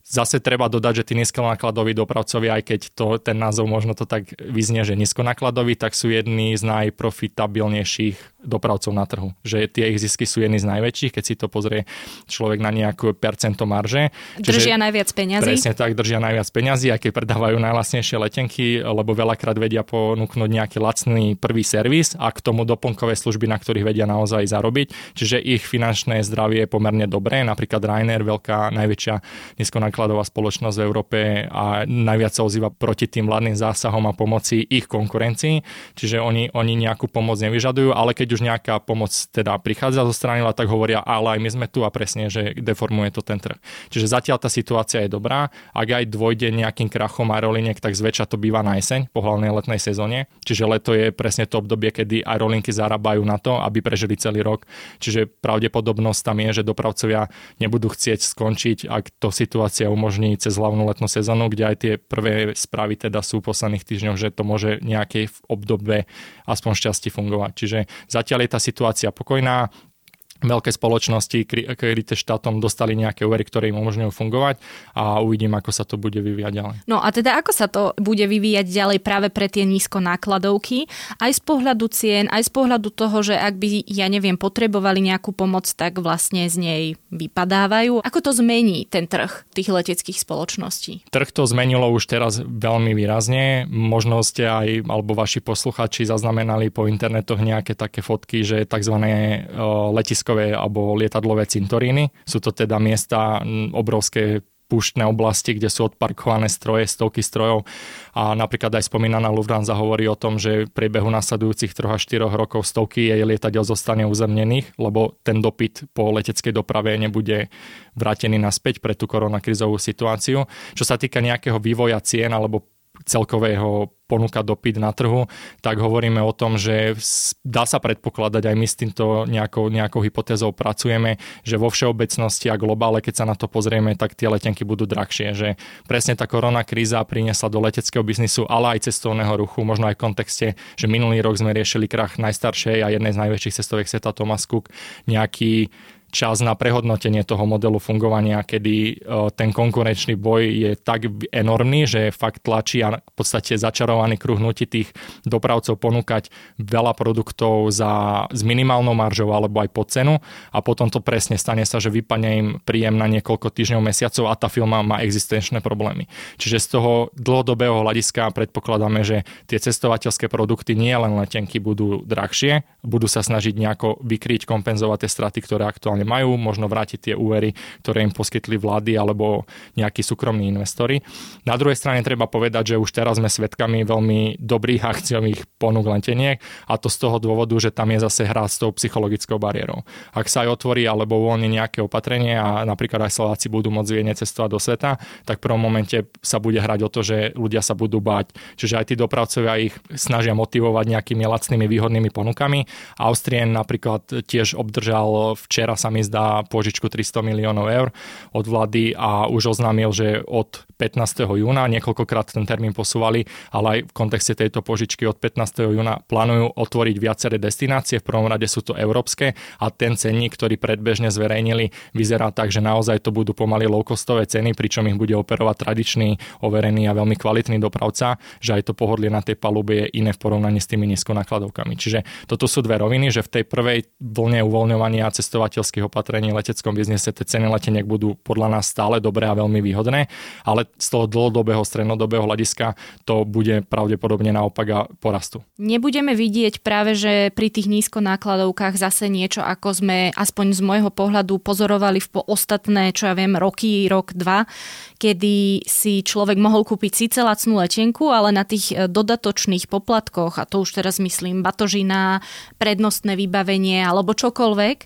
Zase treba dodať, že tí nízkonákladoví dopravcovia, aj keď ten názov možno to tak vyznie, že nízkonákladoví, tak sú jedni z najprofitabilnejších dopravcov na trhu. Že tie ich zisky sú jedni z najväčších, keď si to pozrie človek na nejakú percento marže. Držia najviac peňazí. Presne tak, držia najviac peňazí, aj keď predávajú najlacnejšie letenky, lebo veľakrát vedia ponúknuť nejaký lacný prvý servis a k tomu doplnkové služby, na ktorých vedia naozaj zarobiť. Čiže ich finančné zdravie je pomerne dobré. Napríklad Ryanair, najväčšia nízkonákladová spoločnosť v Európe a najviac sa ozýva proti tým vládnym zásahom a pomoci ich konkurencii. Čiže oni nejakú pomoc nevyžadujú, ale keď už nejaká pomoc teda prichádza zo strany, tak hovoria, ale aj my sme tu a presne, že deformuje to ten trh. Čiže zatiaľ tá situácia je dobrá. Ak aj dôjde nejakým krachom aeroliniek, tak zväčša to býva na jeseň po hlavnej letnej sezóne. Čiže leto je presne to obdobie, kedy aerolinky zarábajú na to, aby prežili celý rok. Čiže pravdepodobnosť tam je, že dopravcovia nebudú chcieť skončiť, ak to situácia umožní cez hlavnú letnú sezónu, kde aj tie prvé správy teda sú posledných týždňov, že to môže nejakej v obdobie aspoň šťastí fungovať. Čiže zatiaľ je tá situácia pokojná. Veľké spoločnosti kryté štátom dostali nejaké úvery, ktoré im umožňujú fungovať a uvidím, ako sa to bude vyvíjať ďalej. No a teda ako sa to bude vyvíjať ďalej práve pre tie nízkonákladovky, aj z pohľadu cien, aj z pohľadu toho, že ak by, potrebovali nejakú pomoc, tak vlastne z nej vypadávajú. Ako to zmení ten trh tých leteckých spoločností? Trh to zmenilo už teraz veľmi výrazne. Možno ste aj, alebo vaši posluchači zaznamenali po internetoch nejaké také fotky, že takzvané letisko alebo lietadlové cintoríny. Sú to teda miesta obrovské púštne oblasti, kde sú odparkované stroje, stovky strojov a napríklad aj spomínaná Lufthansa hovorí o tom, že v priebehu nasledujúcich 3 až 4 rokov stovky jej lietadiel zostane uzemnených, lebo ten dopyt po leteckej doprave nebude vrátený naspäť pre tú koronakrízovú situáciu. Čo sa týka nejakého vývoja cien alebo celkového ponúka dopyt na trhu, tak hovoríme o tom, že dá sa predpokladať, aj my s týmto nejakou hypotézou pracujeme, že vo všeobecnosti a globále, keď sa na to pozrieme, tak tie letenky budú drahšie. Že presne tá koronakríza priniesla do leteckého biznisu, ale aj cestovného ruchu, možno aj v kontexte, že minulý rok sme riešili krach najstaršej a jednej z najväčších cestových sveta Thomas Cook, nejaký čas na prehodnotenie toho modelu fungovania, kedy ten konkurenčný boj je tak enormný, že fakt tlačí a v podstate začarovaný kruh nutí tých dopravcov ponúkať veľa produktov s minimálnou maržou alebo aj pod cenu a potom to presne stane sa, že vypadne im príjem na niekoľko týždňov, mesiacov a tá firma má existenčné problémy. Čiže z toho dlhodobého hľadiska predpokladáme, že tie cestovateľské produkty, nie len letenky, budú drahšie, budú sa snažiť nejako vykryť, kompenzovať tie straty, ktoré aktuálne majú, možno vrátiť tie úvery, ktoré im poskytli vlády alebo nejakí súkromní investori. Na druhej strane treba povedať, že už teraz sme svedkami veľmi dobrých akciových ponúk leteniek a to z toho dôvodu, že tam je zase hra s tou psychologickou bariérou. Ak sa aj otvorí alebo uvoľní nejaké opatrenie a napríklad aj Slováci budú môcť viene cestovať do sveta, tak v prvom momente sa bude hrať o to, že ľudia sa budú báť. Čiže aj tí dopravcovia ich snažia motivovať nejakými lacnými výhodnými ponukami. Austrian napríklad tiež obdržal včera sa mi zdá pôžičku 300 miliónov eur od vlády a už oznámil, že od 15. júna, niekoľkokrát ten termín posúvali, ale aj v kontexte tejto požičky od 15. júna plánujú otvoriť viaceré destinácie, v prvom rade sú to európske a ten cenník, ktorý predbežne zverejnili, vyzerá tak, že naozaj to budú pomaly low-costové ceny, pričom ich bude operovať tradičný, overený a veľmi kvalitný dopravca, že aj to pohodlie na tej palube je iné v porovnaní s tými nízkonákladovkami. Čiže toto sú dve roviny, že v tej prvej vlne uvoľňovania cestovateľských opatrení v leteckom biznise tie ceny leteniek budú podľa nás stále dobré a veľmi výhodné, ale z toho dlhodobého, strednodobého hľadiska to bude pravdepodobne naopak a porastu. Nebudeme vidieť práve, že pri tých nízkonákladovkách zase niečo, ako sme aspoň z môjho pohľadu pozorovali v ostatné, roky, rok, 2, kedy si človek mohol kúpiť síce lacnú letenku, ale na tých dodatočných poplatkoch, a to už teraz myslím batožina, prednostné vybavenie alebo čokoľvek,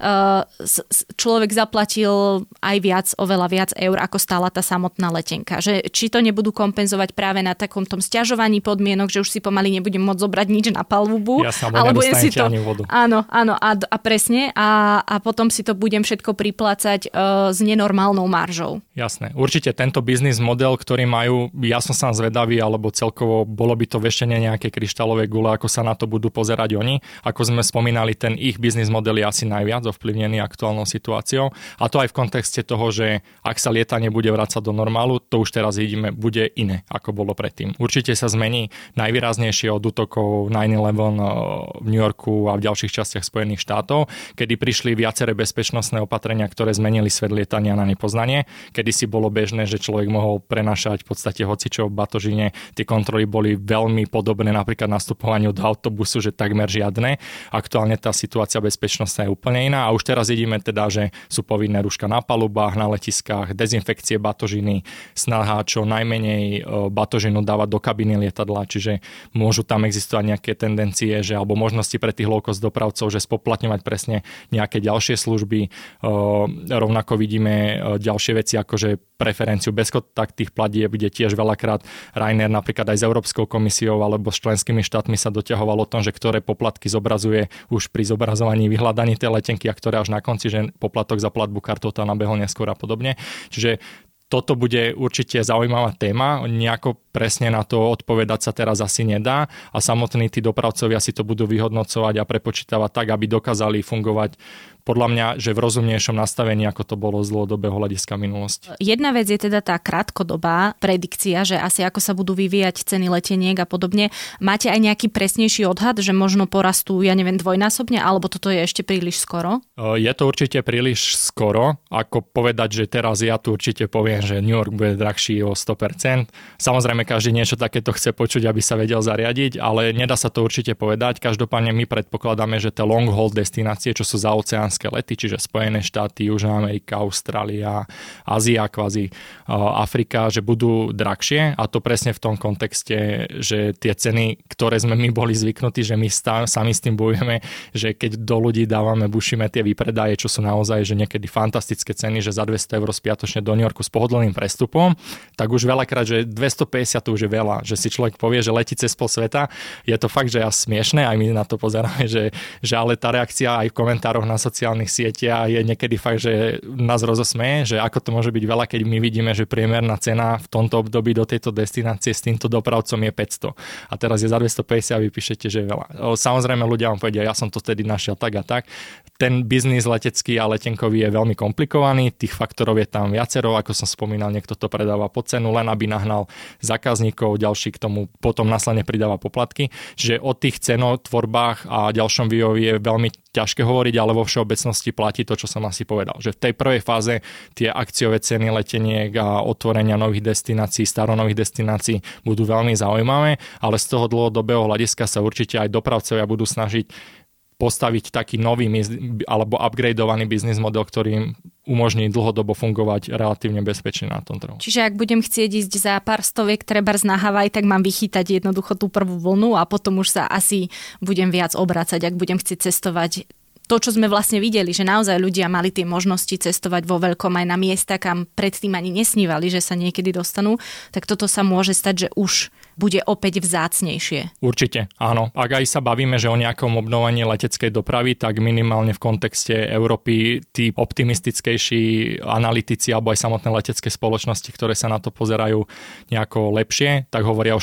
človek zaplatil aj viac, oveľa viac eur, ako stála tá samotná letenka. Že či to nebudú kompenzovať práve na takom tom sťažovaní podmienok, že už si pomaly nebudem môcť zobrať nič na palubu. Alebo si to ani vodu. Áno, a presne. A potom si to budem všetko priplácať s nenormálnou maržou. Jasné. Určite tento biznis model, ktorý majú, ja som sám zvedavý, alebo celkovo bolo by to veštenie nejaké kryštálové gule, ako sa na to budú pozerať oni. Ako sme spomínali, ten ich biznis model je asi najviac ovplyvnený znepokojení aktuálnou situáciou. A to aj v kontexte toho, že ak sa lietanie bude vrácať do normálu, to už teraz vidíme, bude iné, ako bolo predtým. Určite sa zmení najvýraznejšie od útokov 9/11 v New Yorku a v ďalších častiach Spojených štátov, kedy prišli viaceré bezpečnostné opatrenia, ktoré zmenili svet lietania na nepoznanie. Kedy si bolo bežné, že človek mohol prenášať v podstate hocičo v batožine. Tie kontroly boli veľmi podobné napríklad nastupovaniu do autobusu, že takmer žiadne. Aktuálne tá situácia bezpečnostná je úplne iná a už teraz vidíme teda, že sú povinné rúška na palubách, na letiskách, dezinfekcie batožiny, snaha čo najmenej batožinu dávať do kabiny lietadla, čiže môžu tam existovať nejaké tendencie, že alebo možnosti pre tých low-cost dopravcov, že spoplatňovať presne nejaké ďalšie služby. Rovnako vidíme ďalšie veci, ako že preferenciu bezkontaktných platieb, kde tiež veľakrát Ryanair napríklad aj s Európskou komisiou alebo s členskými štátmi sa doťahovalo o tom, že ktoré poplatky zobrazuje už pri zobrazovaní vyhľadaní tej letenky a ktoré až na konci, že poplatok za platbu kartou tá nabehol neskôr a podobne. Čiže toto bude určite zaujímavá téma, nejako presne na to odpovedať sa teraz asi nedá a samotní tí dopravcovia si to budú vyhodnocovať a prepočítavať tak, aby dokázali fungovať podľa mňa, že v rozumnejšom nastavení, ako to bolo z dlhodobého hľadiska minulosti. Jedna vec je teda tá krátkodobá predikcia, že asi ako sa budú vyvíjať ceny leteniek a podobne. Máte aj nejaký presnejší odhad, že možno porastú, ja neviem, dvojnásobne, alebo toto je ešte príliš skoro? Je to určite príliš skoro, ako povedať, že teraz ja tu určite poviem, že New York bude drahší o 100%. Samozrejme, každý niečo takéto chce počuť, aby sa vedel zariadiť, ale nedá sa to určite povedať. Každopádne my predpokladáme, že tie long haul destinácie, čo sú za oceánske lety, čiže Spojené štáty, Južná Amerika, Austrália, Ázia, kvázi Afrika, že budú drahšie a to presne v tom kontexte, že tie ceny, ktoré sme my boli zvyknutí, že my sami s tým bojujeme, že keď do ľudí dávame, bušíme tie výpredaje, čo sú naozaj, že niekedy fantastické ceny, že za 200 € spiatočne do New Yorku s pohodlným prestupom, tak už veľakrát, že 250 to už je veľa, že si človek povie, že letí cez pol sveta, je to fakt, že smiešné, aj my na to pozeráme, že ale tá reakcia aj v komentároch na sociálnych sieťach je niekedy fakt, že nás rozosmeje, že ako to môže byť veľa, keď my vidíme, že priemerná cena v tomto období do tejto destinácie s týmto dopravcom je 500. A teraz je za 250 a vy píšete, že je veľa. Samozrejme ľudia vám povedia, ja som to vtedy našiel tak a tak. Ten biznis letecký a letenkový je veľmi komplikovaný, tých faktorov je tam viacero, ako som spomínal, niekto to predáva po cenu, len aby nahnal zákazníkov, ďalší k tomu potom následne pridáva poplatky. Čiže o tých cenotvorbách a ďalšom vývoji je veľmi ťažké hovoriť, ale vo všeobecnosti platí to, čo som asi povedal. Že v tej prvej fáze tie akciové ceny leteniek a otvorenia nových destinácií, staronových destinácií budú veľmi zaujímavé, ale z toho dlhodobého hľadiska sa určite aj dopravcovia budú snažiť postaviť taký nový alebo upgradeovaný biznis model, ktorý im umožní dlhodobo fungovať relatívne bezpečne na tom trhu. Čiže ak budem chcieť ísť za pár stoviek trebárs na Havaj, tak mám vychytať jednoducho tú prvú vlnu a potom už sa asi budem viac obracať, ak budem chcieť cestovať. To, čo sme vlastne videli, že naozaj ľudia mali tie možnosti cestovať vo veľkom aj na miesta, kam predtým ani nesnívali, že sa niekedy dostanú, tak toto sa môže stať, že už bude opäť vzácnejšie. Určite, áno. Ak aj sa bavíme, že o nejakom obnovení leteckej dopravy, tak minimálne v kontexte Európy tí optimistickejší analytici alebo aj samotné letecké spoločnosti, ktoré sa na to pozerajú nejako lepšie, tak hovoria o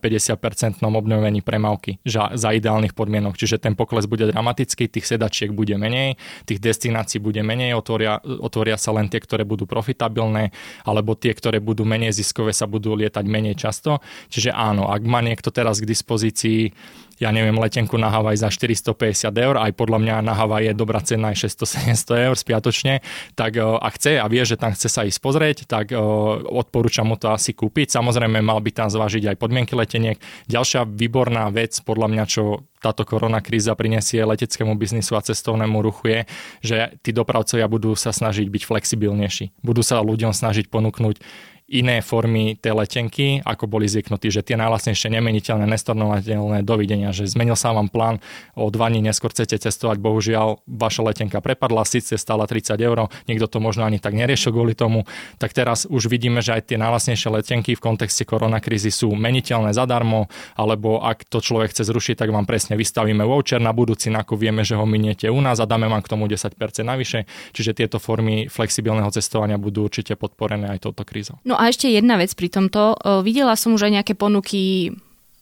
40-50% obnovení premávky za ideálnych podmienok. Čiže ten pokles bude dramatický, tých sedačiek bude menej, tých destinácií bude menej, otvoria sa len tie, ktoré budú profitabilné, alebo tie, ktoré budú menej ziskové, sa budú lietať menej často. Čiže áno, ak má niekto teraz k dispozícii, ja neviem, letenku na Havaj za 450 €, aj podľa mňa na Havaj je dobrá cena aj 600-700 € spiatočne, tak ak chce a vie, že tam chce sa ísť pozrieť, tak odporúčam mu to asi kúpiť. Samozrejme, mal by tam zvážiť aj podmienky leteniek. Ďalšia výborná vec, podľa mňa, čo táto koronakríza prinesie leteckému biznisu a cestovnému ruchu je, že tí dopravcovia budú sa snažiť byť flexibilnejší. Budú sa ľuďom snažiť ponúknuť iné formy tej letenky, ako boli zvyknutí, že tie najlacnejšie, nemeniteľné, nestornovateľné, dovidenia, že zmenil sa vám plán, o 2 dní neskôr chcete cestovať, bohužiaľ vaša letenka prepadla, síce stála 30 €, niekto to možno ani tak neriešil kvôli tomu, tak teraz už vidíme, že aj tie najlacnejšie letenky v kontexte koronakrízy sú meniteľné zadarmo, alebo ak to človek chce zrušiť, tak vám presne vystavíme voucher na budúci nákup, vieme, že ho miniete u nás a dáme vám k tomu 10% navyše, čiže tieto formy flexibilného cestovania budú určite podporené aj touto krízou. No a ešte jedna vec pri tomto. Videla som už aj nejaké ponuky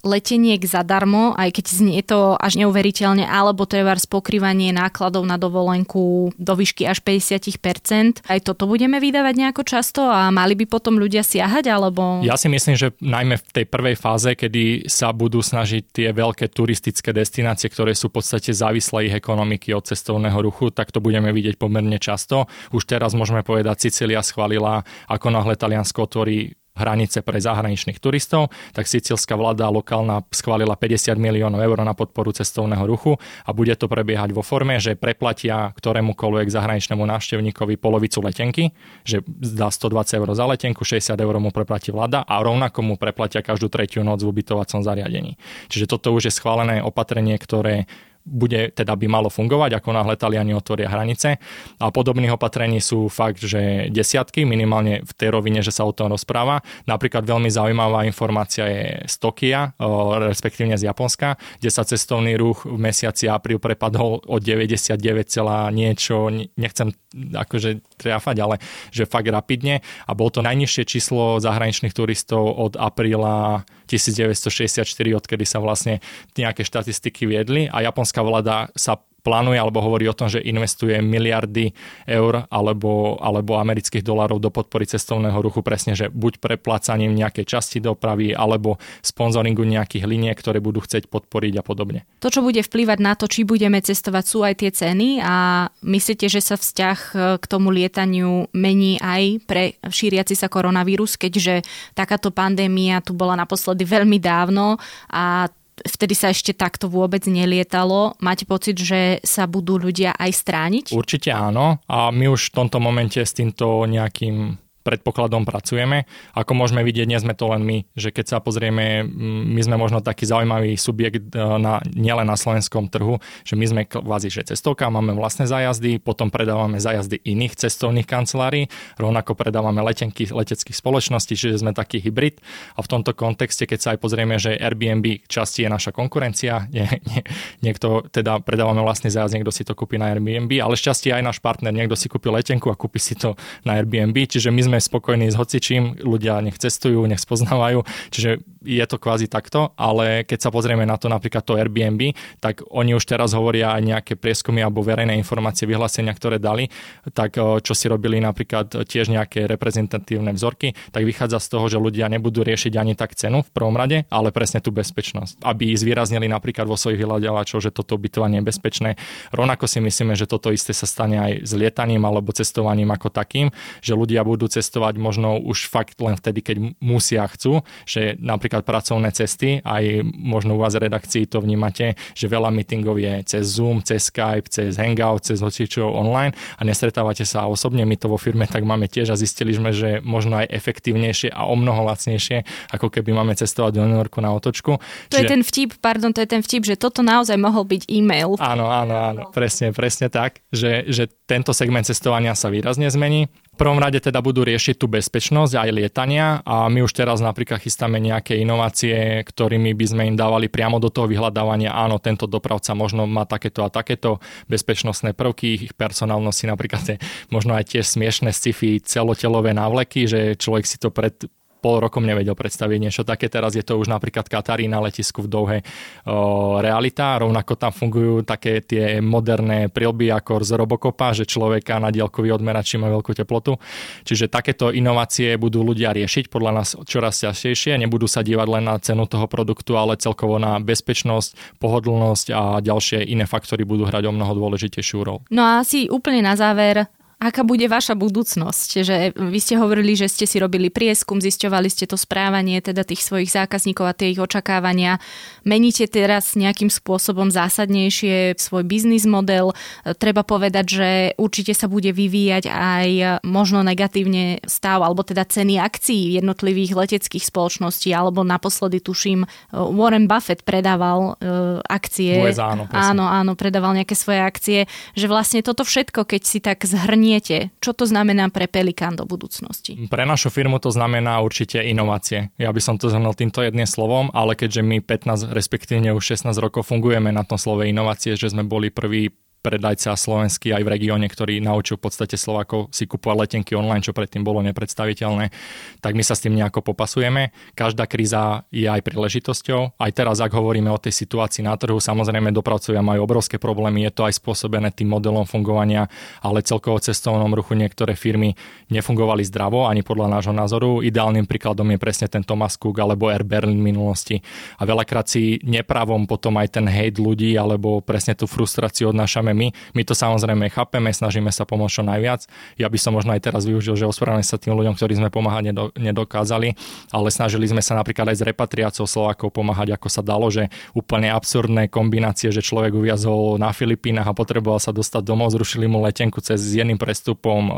leteniek zadarmo, aj keď znie to až neuveriteľne, alebo trebárs pokrývanie nákladov na dovolenku do výšky až 50%. Aj toto budeme vydávať nejako často a mali by potom ľudia siahať, alebo... Ja si myslím, že najmä v tej prvej fáze, kedy sa budú snažiť tie veľké turistické destinácie, ktoré sú v podstate závislé ich ekonomiky od cestovného ruchu, tak to budeme vidieť pomerne často. Už teraz môžeme povedať, Sicília schválila, ako náhle Taliansko otvorí hranice pre zahraničných turistov, tak sicílska vláda lokálna schválila 50 miliónov eur na podporu cestovného ruchu a bude to prebiehať vo forme, že preplatia ktorémukoľvek zahraničnému návštevníkovi polovicu letenky, že dá 120 eur za letenku, 60 eur mu preplatí vláda a rovnako mu preplatia každú tretiu noc v ubytovacom zariadení. Čiže toto už je schválené opatrenie, ktoré by malo fungovať, ako náhle Taliani otvoria hranice. A podobných opatrení sú fakt, že desiatky, minimálne v tej rovine, že sa o tom rozpráva. Napríklad veľmi zaujímavá informácia je z Tokia, respektívne z Japonska, kde sa cestovný ruch v mesiaci apríl prepadol o 99, niečo, nechcem akože triafať, ale že fakt rapidne. A bolo to najnižšie číslo zahraničných turistov od apríla 1964, odkedy sa vlastne nejaké štatistiky viedli a japonská vláda sa plánuje alebo hovorí o tom, že investuje miliardy eur alebo amerických dolárov do podpory cestovného ruchu, presne, že buď preplácaním nejakej časti dopravy alebo sponzoringu nejakých liniek, ktoré budú chcieť podporiť a podobne. To, čo bude vplyvať na to, či budeme cestovať, sú aj tie ceny a myslíte, že sa vzťah k tomu lietaniu mení aj pre šíriaci sa koronavírus, keďže takáto pandémia tu bola naposledy veľmi dávno a vtedy sa ešte takto vôbec nelietalo. Máte pocit, že sa budú ľudia aj strániť? Určite áno a my už v tomto momente s týmto nejakým predpokladom pracujeme. Ako môžeme vidieť, nie sme to len my, že keď sa pozrieme, my sme možno taký zaujímavý subjekt nielen na slovenskom trhu, že my sme kvázi, že cestovka, máme vlastné zájazdy, potom predávame zájazdy iných cestovných kancelárií, rovnako predávame letenky leteckých spoločností, čiže sme taký hybrid. A v tomto kontexte, keď sa aj pozrieme, že Airbnb časti je naša konkurencia, niekto teda predávame vlastný zájazd, niekto si to kúpi na Airbnb, ale šťastie aj náš partner, niekto si kúpi letenku a kúpi si to na Airbnb, čiže my sme spokojní s hocičím, ľudia nech cestujú, nech spoznávajú, čiže je to kvázi takto, ale keď sa pozrieme na to napríklad to Airbnb, tak oni už teraz hovoria aj nejaké prieskumy alebo verejné informácie, vyhlásenia, ktoré dali, tak čo si robili napríklad tiež nejaké reprezentatívne vzorky, tak vychádza z toho, že ľudia nebudú riešiť ani tak cenu v prvom rade, ale presne tú bezpečnosť. Aby zvýraznili napríklad vo svojich vyhľadávačoch, že toto ubytovanie je bezpečné. Rovnako si myslíme, že toto isté sa stane aj s lietaním alebo cestovaním ako takým, že ľudia budú cestovať možno už fakt len vtedy, keď musia a chcú, že napríklad pracovné cesty, aj možno u vás v redakcii to vnímate, že veľa meetingov je cez Zoom, cez Skype, cez Hangout, cez hocičo online a nestretávate sa osobne, my to vo firme tak máme tiež a zistili sme, že možno aj efektívnejšie a omnoho lacnejšie, ako keby máme cestovať do New Yorku na otočku. To je ten vtip, že toto naozaj mohol byť e-mail. Áno, presne tak, že tento segment cestovania sa výrazne zmení. V prvom rade teda budú riešiť tú bezpečnosť aj lietania a my už teraz napríklad chystáme nejaké inovácie, ktorými by sme im dávali priamo do toho vyhľadávania, áno, tento dopravca možno má takéto a takéto bezpečnostné prvky, ich personál nosí napríklad možno aj tiež smiešné sci-fi celotelové návleky, že človek si to pred pol rokom nevedel predstaviť niečo také. Teraz je to už napríklad Katari na letisku v Douhe realita. Rovnako tam fungujú také tie moderné prilby ako z Robocopa, že človeka na diaľkový odmerač má veľkú teplotu. Čiže takéto inovácie budú ľudia riešiť podľa nás čoraz častejšie. Nebudú sa dívať len na cenu toho produktu, ale celkovo na bezpečnosť, pohodlnosť a ďalšie iné faktory budú hrať o mnoho dôležitejšiu rolu. No a asi úplne na záver, aká bude vaša budúcnosť? Že vy ste hovorili, že ste si robili prieskum, zisťovali ste to správanie teda tých svojich zákazníkov a tie ich očakávania. Meníte teraz nejakým spôsobom zásadnejšie svoj biznis model? Treba povedať, že určite sa bude vyvíjať aj možno negatívne stav, alebo teda ceny akcií jednotlivých leteckých spoločností, alebo naposledy tuším Warren Buffett predával akcie. USA, áno, predával nejaké svoje akcie. Že vlastne toto všetko, keď si tak zhrniete, čo to znamená pre Pelikán do budúcnosti? Pre našu firmu to znamená určite inovácie. Ja by som to zhrnul týmto jedným slovom, ale keďže my 15, respektíve už 16 rokov fungujeme na tom slove inovácie, že sme boli prví predajca slovenský aj v regióne, ktorý naučil v podstate Slovákov si kupovať letenky online, čo predtým bolo nepredstaviteľné, tak my sa s tým nejako popasujeme. Každá kríza je aj príležitosťou. Aj teraz, ak hovoríme o tej situácii na trhu, samozrejme dopravcovia majú obrovské problémy, je to aj spôsobené tým modelom fungovania, ale celkovo v cestovnom ruchu niektoré firmy nefungovali zdravo, ani podľa nášho názoru. Ideálnym príkladom je presne ten Thomas Cook alebo Air Berlin v minulosti. A veľakrát si nepravom potom aj ten hate ľudí alebo presne tú frustráciu odnášame my to samozrejme chápeme, snažíme sa pomôcť čo najviac. Ja by som možno aj teraz využil, že ospravedlňujem sa tým ľuďom, ktorí sme pomáhať nedokázali, ale snažili sme sa napríklad aj s repatriáciou Slovákov pomáhať, ako sa dalo, že úplne absurdné kombinácie, že človek uviazol na Filipínach a potreboval sa dostať domov, zrušili mu letenku s jedným prestupom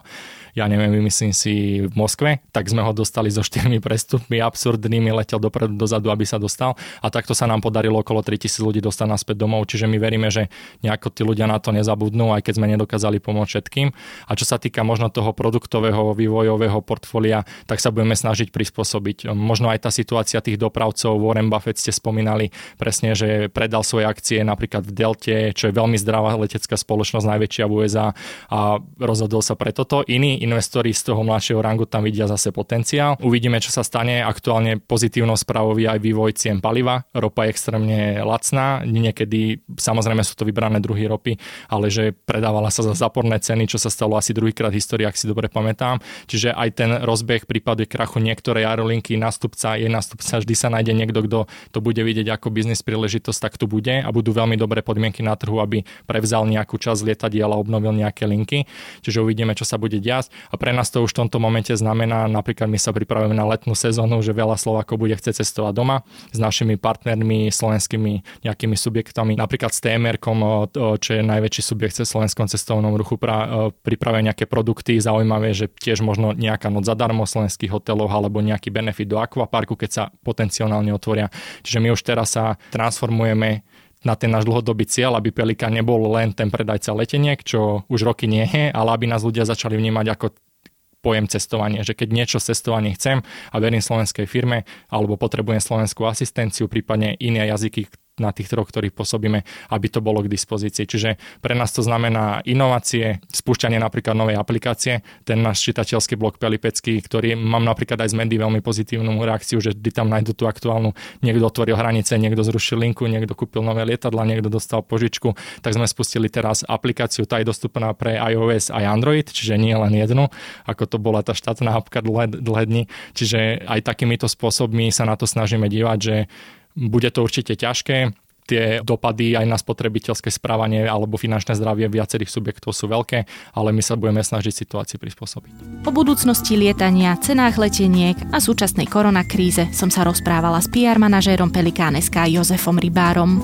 ja neviem, vymyslím si v Moskve, tak sme ho dostali so 4 prestupmi absurdnými, letel dopredu, dozadu, aby sa dostal a takto sa nám podarilo okolo 3000 ľudí dostať naspäť domov, čiže my veríme, že nejako tí ľudia na to nezabudnú, aj keď sme nedokázali pomôcť všetkým. A čo sa týka možno toho produktového, vývojového portfólia, tak sa budeme snažiť prispôsobiť. Možno aj tá situácia tých dopravcov, Warren Buffett ste spomínali presne, že predal svoje akcie napríklad v Delte, čo je veľmi zdravá letecká spoločnosť, najväčšia v USA a rozhodol sa pre toto. Iní investori z toho mladšieho rangu tam vidia zase potenciál. Uvidíme, čo sa stane. Aktuálne pozitívnou správou je aj vývoj cien paliva. Ropa je extrémne lacná. Niekedy, samozrejme sú to vybrané druhy ropy, ale že predávala sa za záporné ceny, čo sa stalo asi druhýkrát v histórii, ak si dobre pamätám. Čiže aj ten rozbeh v prípade krachu niektorej aerolinky, nástupca, vždy sa nájde niekto, kto to bude vidieť ako biznis príležitosť, tak tu bude a budú veľmi dobré podmienky na trhu, aby prevzal nejakú časť lietadiel a obnovil nejaké linky. Čiže uvidíme, čo sa bude diať. A pre nás to už v tomto momente znamená, napríklad my sa pripravujeme na letnú sezónu, že veľa Slovákov bude chcieť cestovať doma s našimi partnermi, slovenskými nejakými subjektami, napríklad s TMR-kom, čo je najväčší subjekt v slovenskom cestovnom ruchu, pripravuje nejaké produkty zaujímavé, že tiež možno nejaká noc zadarmo v slovenských hoteloch alebo nejaký benefit do akvaparku, keď sa potenciálne otvoria. Čiže my už teraz sa transformujeme na ten náš dlhodobý cieľ, aby Pelikán nebol len ten predajca leteniek, čo už roky nie je, ale aby nás ľudia začali vnímať ako pojem cestovanie, že keď niečo z cestovania chcem a verím slovenskej firme alebo potrebujem slovenskú asistenciu, prípadne iné jazyky na tých troch, ktorých pôsobíme, aby to bolo k dispozícii. Čiže pre nás to znamená inovácie, spúšťanie napríklad novej aplikácie, ten náš čitateľský blog Pelipecký, ktorý mám napríklad aj z médií veľmi pozitívnu reakciu, že vždy tam nájdu tú aktuálnu, niekto otvoril hranice, niekto zrušil linku, niekto kúpil nové lietadla, niekto dostal požičku, tak sme spustili teraz aplikáciu, tá je dostupná pre iOS aj Android, čiže nie len jednu, ako to bola tá štátna apka dlhé dni. Čiže aj takýmito spôsobmi sa na to snažíme dívať, že bude to určite ťažké. Tie dopady aj na spotrebiteľské správanie alebo finančné zdravie viacerých subjektov sú veľké, ale my sa budeme snažiť situácii prispôsobiť. O budúcnosti lietania, cenách leteniek a súčasnej koronakríze som sa rozprávala s PR manažérom Pelikán.sk Jozefom Rybárom.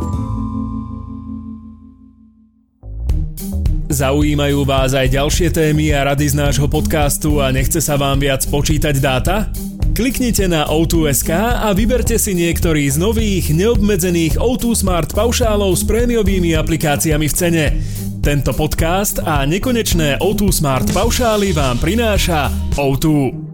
Zaujímajú vás aj ďalšie témy a rady z nášho podcastu a nechce sa vám viac počítať dáta? Kliknite na O2.sk a vyberte si niektorý z nových, neobmedzených O2 Smart paušálov s prémiovými aplikáciami v cene. Tento podcast a nekonečné O2 Smart paušály vám prináša O2.